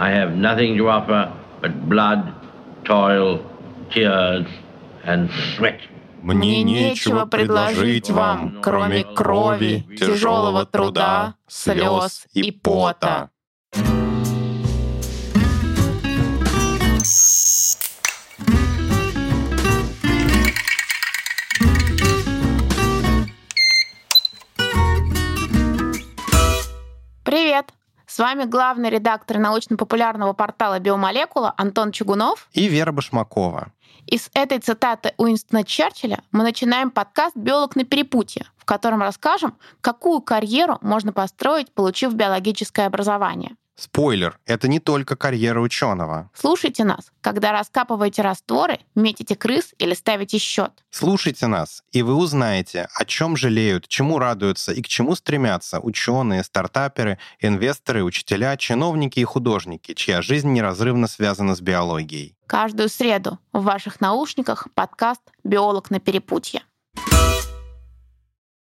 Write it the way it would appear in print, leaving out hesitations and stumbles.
I have nothing to offer but blood, toil, tears and sweat. Мне нечего предложить вам, кроме крови, тяжелого труда, слез и пота. Привет! С вами главный редактор научно-популярного портала «Биомолекула» Антон Чугунов и Вера Башмакова. И с этой цитаты Уинстона Черчилля мы начинаем подкаст «Биолог на перепутье», в котором расскажем, какую карьеру можно построить, получив биологическое образование. Спойлер, это не только карьера ученого. Слушайте нас, когда раскапываете растворы, метите крыс или ставите счет. Слушайте нас, и вы узнаете, о чем жалеют, чему радуются и к чему стремятся ученые, стартаперы, инвесторы, учителя, чиновники и художники, чья жизнь неразрывно связана с биологией. Каждую среду в ваших наушниках подкаст «Биолог на перепутье».